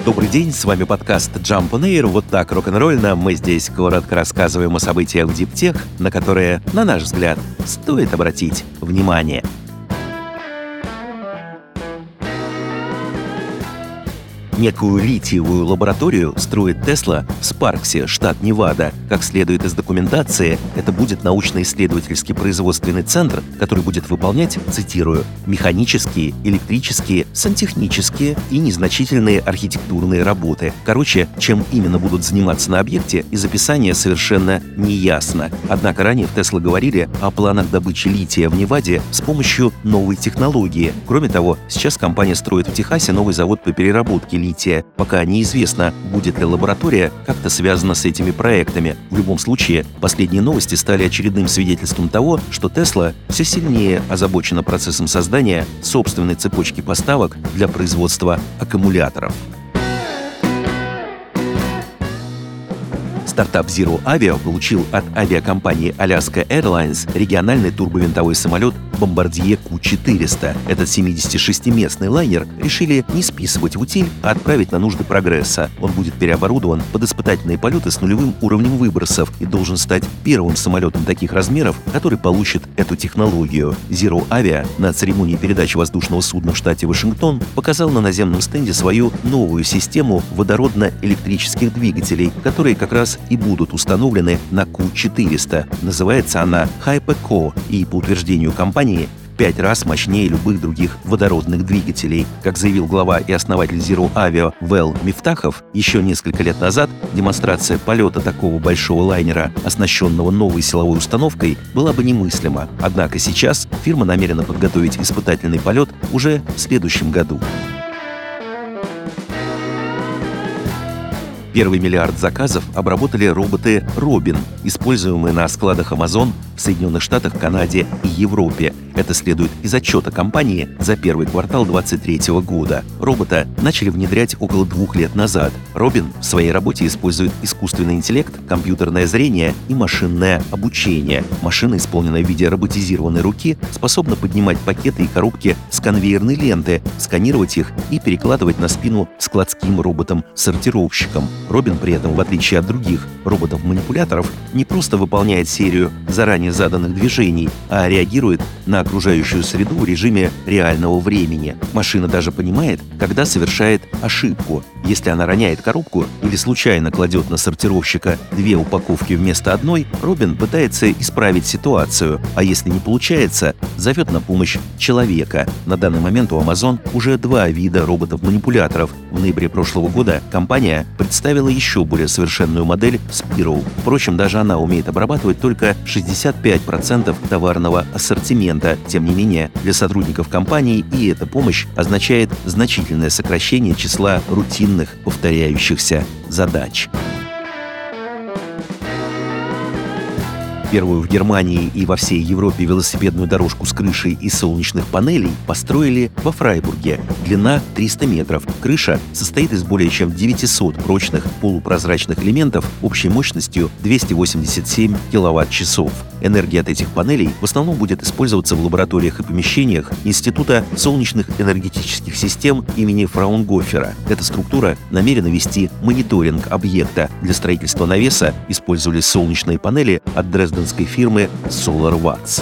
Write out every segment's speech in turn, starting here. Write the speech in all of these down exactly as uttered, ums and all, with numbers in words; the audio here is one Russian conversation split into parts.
Добрый день, с вами подкаст Jump on Air. Вот так рок-н-ролльно мы здесь коротко рассказываем о событиях в диптех, на которые, на наш взгляд, стоит обратить внимание. Некую литиевую лабораторию строит Tesla в Спарксе, штат Невада. Как следует из документации, это будет научно-исследовательский производственный центр, который будет выполнять, цитирую, «механические, электрические, сантехнические и незначительные архитектурные работы». Короче, чем именно будут заниматься на объекте, из описания совершенно не ясно. Однако ранее в Tesla говорили о планах добычи лития в Неваде с помощью новой технологии. Кроме того, сейчас компания строит в Техасе новый завод по переработке лития. Пока неизвестно, будет ли лаборатория как-то связана с этими проектами. В любом случае, последние новости стали очередным свидетельством того, что Tesla все сильнее озабочена процессом создания собственной цепочки поставок для производства аккумуляторов. Стартап Zero Avio получил от авиакомпании Alaska Airlines региональный турбовинтовой самолет Bombardier Q четыреста. Этот семидесятишестиместный лайнер решили не списывать в утиль, а отправить на нужды прогресса. Он будет переоборудован под испытательные полеты с нулевым уровнем выбросов и должен стать первым самолетом таких размеров, который получит эту технологию. Zero Avio на церемонии передачи воздушного судна в штате Вашингтон показал на наземном стенде свою новую систему водородно-электрических двигателей, которые как раз и будут установлены на Q четыреста. Называется она HyperCore и, по утверждению компании, в пять раз мощнее любых других водородных двигателей. Как заявил глава и основатель Zero Avio Вэл Мифтахов, еще несколько лет назад демонстрация полета такого большого лайнера, оснащенного новой силовой установкой, была бы немыслима. Однако сейчас фирма намерена подготовить испытательный полет уже в следующем году. Первый миллиард заказов обработали роботы Robin, используемые на складах Amazon в Соединенных Штатах, Канаде и Европе. Это следует из отчета компании за первый квартал две тысячи двадцать третьего года. Робота начали внедрять около двух лет назад. Robin в своей работе использует искусственный интеллект, компьютерное зрение и машинное обучение. Машина, исполненная в виде роботизированной руки, способна поднимать пакеты и коробки с конвейерной ленты, сканировать их и перекладывать на спину складским роботам-сортировщикам. Robin при этом, в отличие от других роботов-манипуляторов, не просто выполняет серию заранее заданных движений, а реагирует на окружающую среду в режиме реального времени. Машина даже понимает, когда совершает ошибку. Если она роняет коробку или случайно кладет на сортировщика две упаковки вместо одной, Robin пытается исправить ситуацию, а если не получается, зовет на помощь человека. На данный момент у Amazon уже два вида роботов-манипуляторов. В ноябре прошлого года компания представила еще более совершенную модель Spiro. Впрочем, даже она умеет обрабатывать только шестьдесят пять процентов товарного ассортимента. Тем не менее, для сотрудников компании и эта помощь означает значительное сокращение числа рутинных повторяющихся задач. Первую в Германии и во всей Европе велосипедную дорожку с крышей из солнечных панелей построили во Фрайбурге. Длина триста метров. Крыша состоит из более чем девятисот прочных полупрозрачных элементов общей мощностью двести восемьдесят семь киловатт-часов. Энергия от этих панелей в основном будет использоваться в лабораториях и помещениях Института солнечных энергетических систем имени Фраунгофера. Эта структура намерена вести мониторинг объекта. Для строительства навеса использовались солнечные панели от дрезденской фирмы SolarWatts.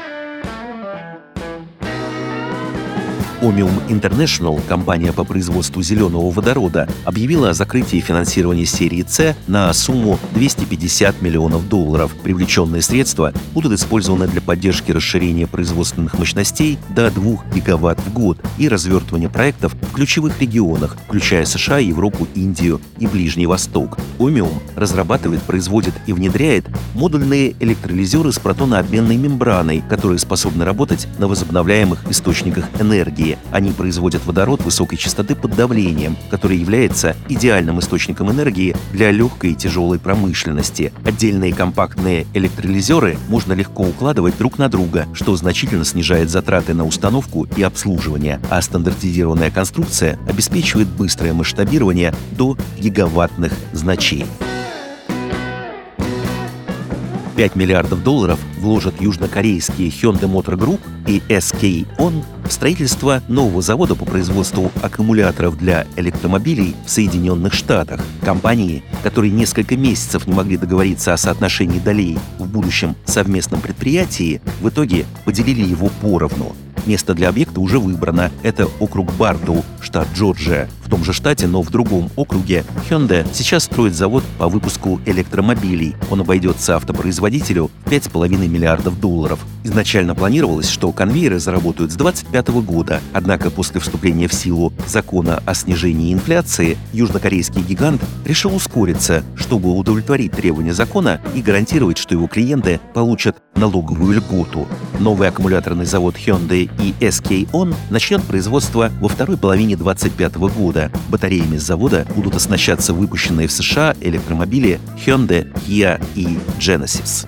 Omnium International, компания по производству зеленого водорода, объявила о закрытии финансирования серии С на сумму двести пятьдесят миллионов долларов. Привлеченные средства будут использованы для поддержки расширения производственных мощностей до двух гигаватт в год и развертывания проектов в ключевых регионах, включая США, Европу, Индию и Ближний Восток. Omnium разрабатывает, производит и внедряет модульные электролизеры с протонообменной мембраной, которые способны работать на возобновляемых источниках энергии. Они производят водород высокой частоты под давлением, который является идеальным источником энергии для легкой и тяжелой промышленности. Отдельные компактные электролизеры можно легко укладывать друг на друга, что значительно снижает затраты на установку и обслуживание, а стандартизированная конструкция обеспечивает быстрое масштабирование до гигаваттных значений. пять миллиардов долларов вложат южнокорейские Hyundai Motor Group и эс кей он в строительство нового завода по производству аккумуляторов для электромобилей в Соединенных Штатах. Компании, которые несколько месяцев не могли договориться о соотношении долей в будущем совместном предприятии, в итоге поделили его поровну. Место для объекта уже выбрано. Это округ Бардоу, штат Джорджия. В том же штате, но в другом округе, Hyundai сейчас строит завод по выпуску электромобилей. Он обойдется автопроизводителю в пять с половиной миллиардов долларов. Изначально планировалось, что конвейеры заработают с двадцать пятого года. Однако после вступления в силу закона о снижении инфляции, южнокорейский гигант решил ускориться, чтобы удовлетворить требования закона и гарантировать, что его клиенты получат налоговую льготу. Новый аккумуляторный завод Hyundai и эс кей он начнет производство во второй половине двадцать пятого года. Батареями с завода будут оснащаться выпущенные в США электромобили Hyundai, Kia и Genesis.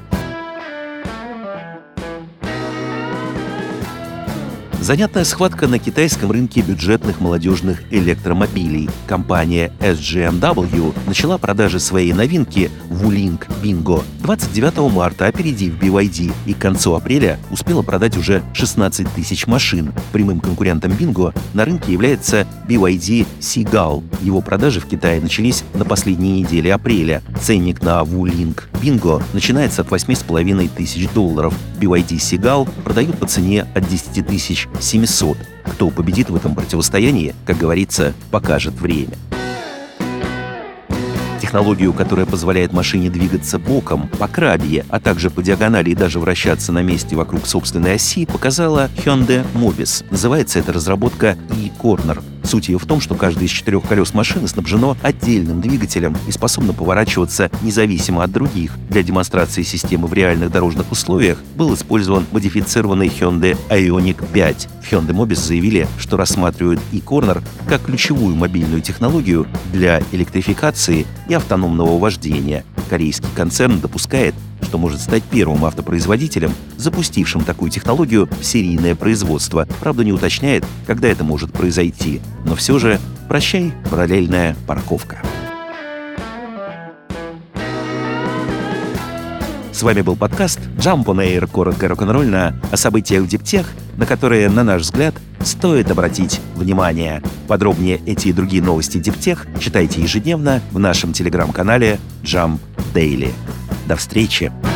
Занятная схватка на китайском рынке бюджетных молодежных электромобилей. Компания эс джи эм дабл ю начала продажи своей новинки Wuling Bingo двадцать девятого марта, опередив би вай ди, и к концу апреля успела продать уже шестнадцать тысяч машин. Прямым конкурентом Bingo на рынке является би вай ди Seagull. Его продажи в Китае начались на последней неделе апреля. Ценник на Wuling Bingo начинается от восемь с половиной тысяч долларов. би вай ди Seagull продают по цене от десять тысяч семьсот. Кто победит в этом противостоянии, как говорится, покажет время. Технологию, которая позволяет машине двигаться боком, по крабье, а также по диагонали и даже вращаться на месте вокруг собственной оси, показала Hyundai Mobis. Называется эта разработка e-Corner. Суть ее в том, что каждое из четырех колес машины снабжено отдельным двигателем и способно поворачиваться независимо от других. Для демонстрации системы в реальных дорожных условиях был использован модифицированный Hyundai Ioniq пять. В Hyundai Mobis заявили, что рассматривают e-Corner как ключевую мобильную технологию для электрификации и автономного вождения. Корейский концерн допускает, что может стать первым автопроизводителем, запустившим такую технологию в серийное производство. Правда, не уточняет, когда это может произойти. Но все же, прощай, параллельная парковка. С вами был подкаст Jump on Air, коротко рок-н-ролльно, о событиях в диптех, на которые, на наш взгляд, стоит обратить внимание. Подробнее эти и другие новости диптех читайте ежедневно в нашем телеграм-канале Jump Daily. До встречи!